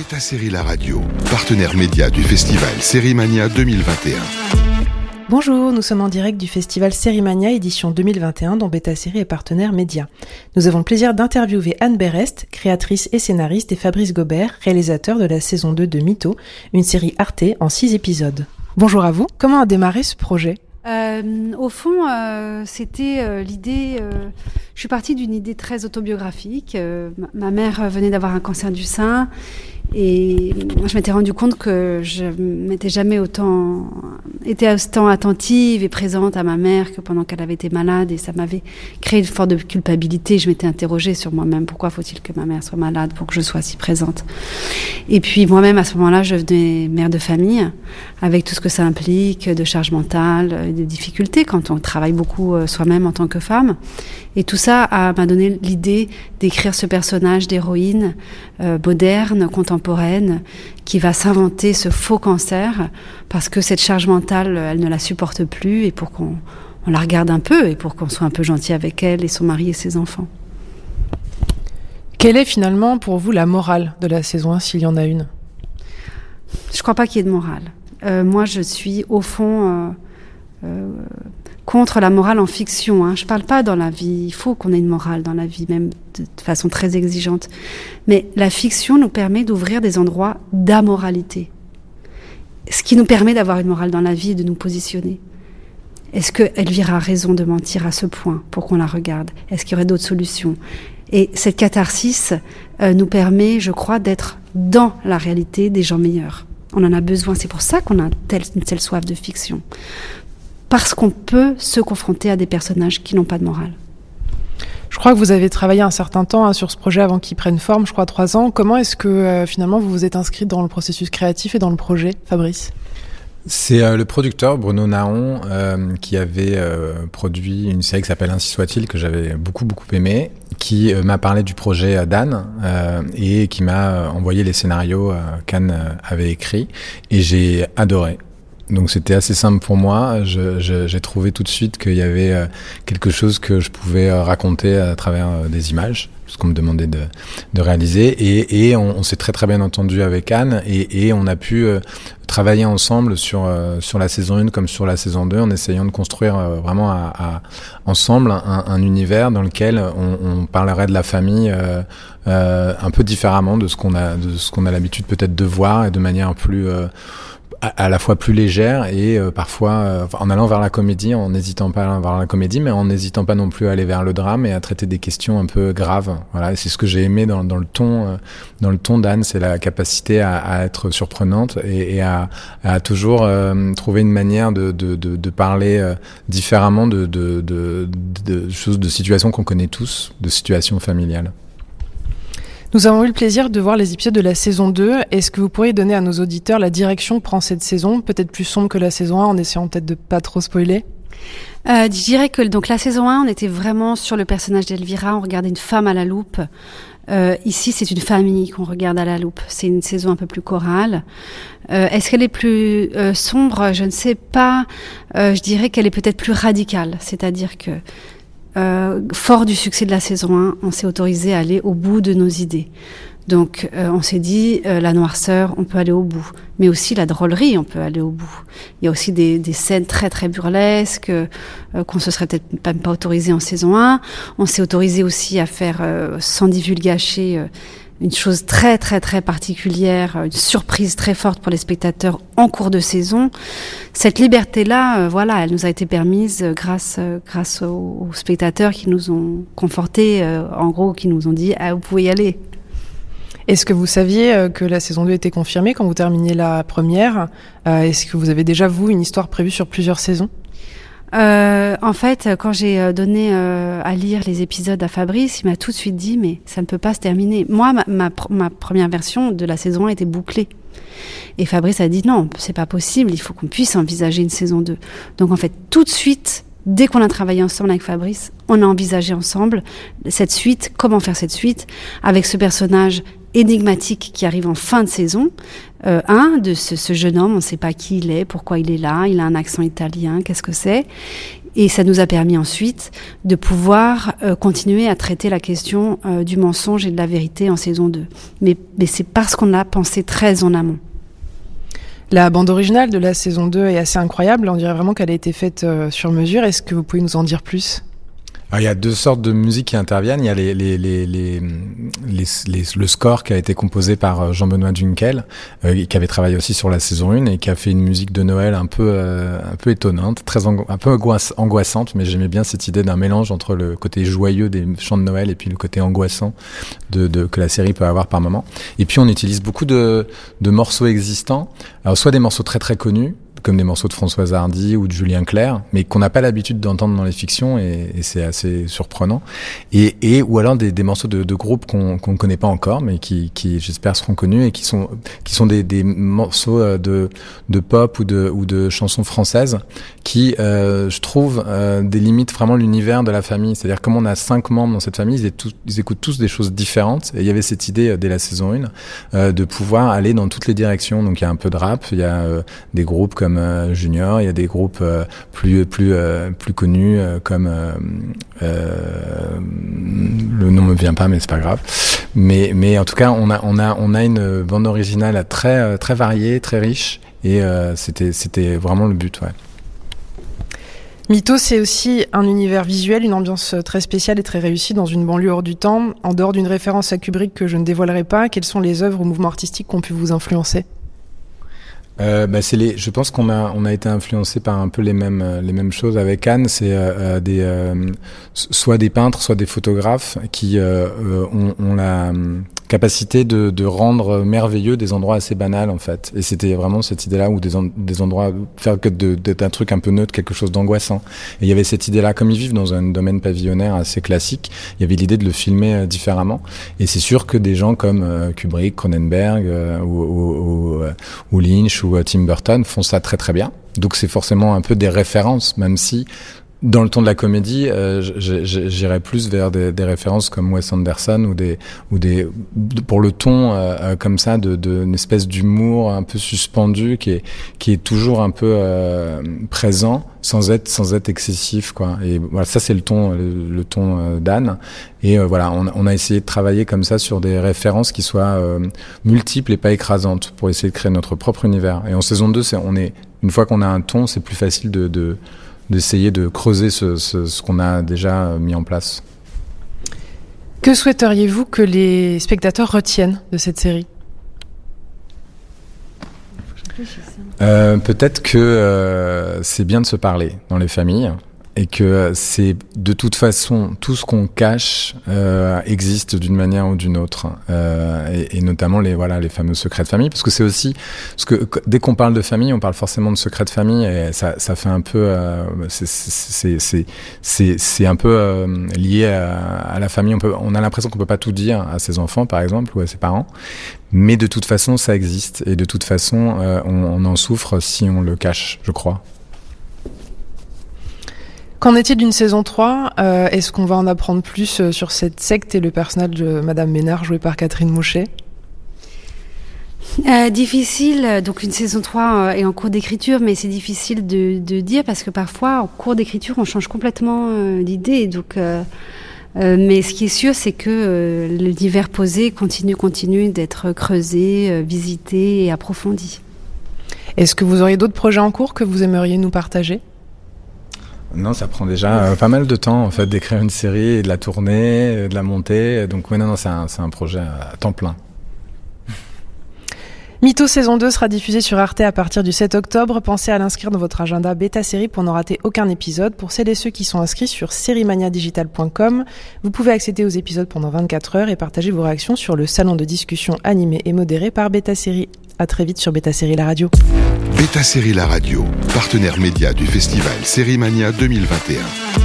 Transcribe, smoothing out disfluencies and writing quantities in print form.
Beta Série La Radio, partenaire média du festival Sérimania 2021. Bonjour, nous sommes en direct du festival Sérimania édition 2021 dont Beta Série est partenaire média. Nous avons le plaisir d'interviewer Anne Berest, créatrice et scénariste, et Fabrice Gobert, réalisateur de la saison 2 de Mytho, une série Arte en 6 épisodes. Bonjour à vous, comment a démarré ce projet ? Au fond, c'était l'idée... je suis partie d'une idée très autobiographique. Ma mère venait d'avoir un cancer du sein et je m'étais rendu compte que je m'étais jamais été autant attentive et présente à ma mère que pendant qu'elle avait été malade, et ça m'avait créé une forme de culpabilité. Je m'étais interrogée sur moi-même. Pourquoi faut-il que ma mère soit malade pour que je sois si présente ? Et puis moi-même, à ce moment-là, je devenais mère de famille, avec tout ce que ça implique de charge mentale, de difficultés quand on travaille beaucoup soi-même en tant que femme. Et tout ça m'a donné l'idée d'écrire ce personnage d'héroïne moderne, contemporaine, qui va s'inventer ce faux cancer parce que cette charge mentale, elle ne la supporte plus, et pour qu'on la regarde un peu et pour qu'on soit un peu gentil avec elle et son mari et ses enfants. Quelle est finalement pour vous la morale de la saison 1, s'il y en a une ? Je ne crois pas qu'il y ait de morale. Moi, je suis au fond... contre la morale en fiction. Je ne parle pas dans la vie. Il faut qu'on ait une morale dans la vie, même de façon très exigeante. Mais la fiction nous permet d'ouvrir des endroits d'amoralité. Ce qui nous permet d'avoir une morale dans la vie et de nous positionner. Est-ce qu'Elvira a raison de mentir à ce point pour qu'on la regarde ? Est-ce qu'il y aurait d'autres solutions ? Et cette catharsis nous permet, je crois, d'être dans la réalité des gens meilleurs. On en a besoin. C'est pour ça qu'on a une telle soif de fiction. Parce qu'on peut se confronter à des personnages qui n'ont pas de morale. Je crois que vous avez travaillé un certain temps sur ce projet avant qu'il prenne forme, je crois 3 ans. Comment est-ce que finalement vous vous êtes inscrit dans le processus créatif et dans le projet, Fabrice ? C'est le producteur Bruno Nahon qui avait produit une série qui s'appelle Ainsi soit-il, que j'avais beaucoup aimé, qui m'a parlé du projet d'Anne et qui m'a envoyé les scénarios qu'Anne avait écrits, et j'ai adoré. Donc c'était assez simple pour moi. J'ai trouvé tout de suite qu'il y avait quelque chose que je pouvais raconter à travers des images, ce qu'on me demandait de réaliser. Et on s'est très bien entendu avec Anne, et on a pu travailler ensemble sur la saison 1 comme sur la saison 2, en essayant de construire vraiment ensemble un univers dans lequel on parlerait de la famille un peu différemment de ce qu'on a l'habitude peut-être de voir, et de manière plus... à la fois plus légère, et parfois en allant vers la comédie, en n'hésitant pas à aller vers la comédie, mais en n'hésitant pas non plus à aller vers le drame et à traiter des questions un peu graves. Voilà, et c'est ce que j'ai aimé dans le ton d'Anne, c'est la capacité à être surprenante et à toujours trouver une manière de parler différemment de choses, de situations qu'on connaît tous, de situations familiales. Nous avons eu le plaisir de voir les épisodes de la saison 2. Est-ce que vous pourriez donner à nos auditeurs la direction que prend cette saison, peut-être plus sombre que la saison 1, en essayant peut-être de pas trop spoiler ? Je dirais que donc la saison 1, on était vraiment sur le personnage d'Elvira, on regardait une femme à la loupe. Ici, c'est une famille qu'on regarde à la loupe. C'est une saison un peu plus chorale. Est-ce qu'elle est plus sombre ? Je ne sais pas. Je dirais qu'elle est peut-être plus radicale. C'est-à-dire que fort du succès de la saison 1, on s'est autorisé à aller au bout de nos idées. Donc on s'est dit, la noirceur, on peut aller au bout. Mais aussi la drôlerie, on peut aller au bout. Il y a aussi des scènes très burlesques qu'on se serait peut-être même pas autorisé en saison 1. On s'est autorisé aussi à faire, sans divulgacher, une chose très particulière, une surprise très forte pour les spectateurs en cours de saison. Cette liberté-là, elle nous a été permise grâce aux spectateurs qui nous ont confortés, en gros, qui nous ont dit « vous pouvez y aller ». Est-ce que vous saviez que la saison 2 était confirmée quand vous terminiez la première ? Est-ce que vous avez déjà, vous, une histoire prévue sur plusieurs saisons ? En fait, quand j'ai donné à lire les épisodes à Fabrice, il m'a tout de suite dit « mais ça ne peut pas se terminer ». Moi, ma première version de la saison 1 était bouclée. Et Fabrice a dit « non, c'est pas possible, il faut qu'on puisse envisager une saison 2 ». Donc en fait, tout de suite, dès qu'on a travaillé ensemble avec Fabrice, on a envisagé ensemble cette suite, comment faire cette suite, avec ce personnage énigmatique qui arrive en fin de saison, de ce jeune homme, on ne sait pas qui il est, pourquoi il est là, il a un accent italien, qu'est-ce que c'est ? Et ça nous a permis ensuite de pouvoir continuer à traiter la question du mensonge et de la vérité en saison 2. Mais c'est parce qu'on a pensé très en amont. La bande originale de la saison 2 est assez incroyable. On dirait vraiment qu'elle a été faite sur mesure. Est-ce que vous pouvez nous en dire plus ? Alors, il y a deux sortes de musique qui interviennent. Il y a le score qui a été composé par Jean-Benoît Dunkel, qui avait travaillé aussi sur la saison 1 et qui a fait une musique de Noël un peu étonnante, un peu angoissante, mais j'aimais bien cette idée d'un mélange entre le côté joyeux des chants de Noël et puis le côté angoissant que la série peut avoir par moment. Et puis on utilise beaucoup de morceaux existants, alors soit des morceaux très très connus, comme des morceaux de Françoise Hardy ou de Julien Clerc, mais qu'on n'a pas l'habitude d'entendre dans les fictions, et c'est assez surprenant. Ou alors des morceaux de groupes qu'on connaît pas encore, mais qui j'espère seront connus, et qui sont des morceaux de pop ou de chansons françaises qui, je trouve, délimitent vraiment l'univers de la famille. C'est-à-dire, comme on a 5 membres dans cette famille, ils écoutent tous des choses différentes, et il y avait cette idée dès la saison 1 de pouvoir aller dans toutes les directions. Donc il y a un peu de rap, il y a des groupes comme Junior, il y a des groupes plus connus comme le nom me vient pas, mais c'est pas grave. Mais en tout cas, on a une bande originale très très variée, très riche, et c'était vraiment le but, ouais. Mythos, c'est aussi un univers visuel, une ambiance très spéciale et très réussie dans une banlieue hors du temps. En dehors d'une référence à Kubrick que je ne dévoilerai pas, quelles sont les œuvres ou mouvements artistiques qui ont pu vous influencer ? Je pense qu'on a été influencé par un peu les mêmes choses avec Anne. C'est soit des peintres, soit des photographes qui ont la capacité de rendre merveilleux des endroits assez banals, en fait. Et c'était vraiment cette idée-là, où des endroits, faire que d'être un truc un peu neutre, quelque chose d'angoissant. Et il y avait cette idée-là, comme ils vivent dans un domaine pavillonnaire assez classique, il y avait l'idée de le filmer différemment. Et c'est sûr que des gens comme Kubrick, Cronenberg ou Lynch ou Tim Burton font ça très très bien. Donc c'est forcément un peu des références, même si dans le ton de la comédie, j'irais plus vers des références comme Wes Anderson ou des pour le ton comme ça une espèce d'humour un peu suspendu qui est toujours un peu présent sans être excessif, quoi. Et voilà, ça c'est le ton d'Anne. Et voilà, on a essayé de travailler comme ça sur des références qui soient multiples et pas écrasantes, pour essayer de créer notre propre univers. Et en saison 2, une fois qu'on a un ton, c'est plus facile d'essayer de creuser ce qu'on a déjà mis en place. Que souhaiteriez-vous que les spectateurs retiennent de cette série ? Peut-être que c'est bien de se parler dans les familles, et que c'est de toute façon tout ce qu'on cache existe d'une manière ou d'une autre, et notamment les fameux secrets de famille, parce que c'est aussi parce que dès qu'on parle de famille, on parle forcément de secrets de famille, et ça fait un peu c'est un peu lié à la famille. On a l'impression qu'on peut pas tout dire à ses enfants, par exemple, ou à ses parents, mais de toute façon ça existe, et de toute façon on en souffre si on le cache, je crois. Qu'en est-il d'une saison 3 ? Est-ce qu'on va en apprendre plus sur cette secte et le personnage de Madame Ménard, joué par Catherine Mouchet ? Difficile. Donc une saison 3 est en cours d'écriture, mais c'est difficile de dire, parce que parfois, en cours d'écriture, on change complètement d'idée. Donc, mais ce qui est sûr, c'est que l'univers posé continue d'être creusé, visité et approfondi. Est-ce que vous auriez d'autres projets en cours que vous aimeriez nous partager ? Non, ça prend déjà pas mal de temps, en fait, d'écrire une série, et de la tourner, de la monter. Donc oui, non, c'est un projet à temps plein. Mythos saison 2 sera diffusée sur Arte à partir du 7 octobre. Pensez à l'inscrire dans votre agenda Beta Série pour ne rater aucun épisode. Pour celles et ceux qui sont inscrits sur seriemaniadigital.com, vous pouvez accéder aux épisodes pendant 24 heures et partager vos réactions sur le salon de discussion animé et modéré par Beta Série. À très vite sur Beta Série la radio. Beta Série la radio, partenaire média du festival Série Mania 2021.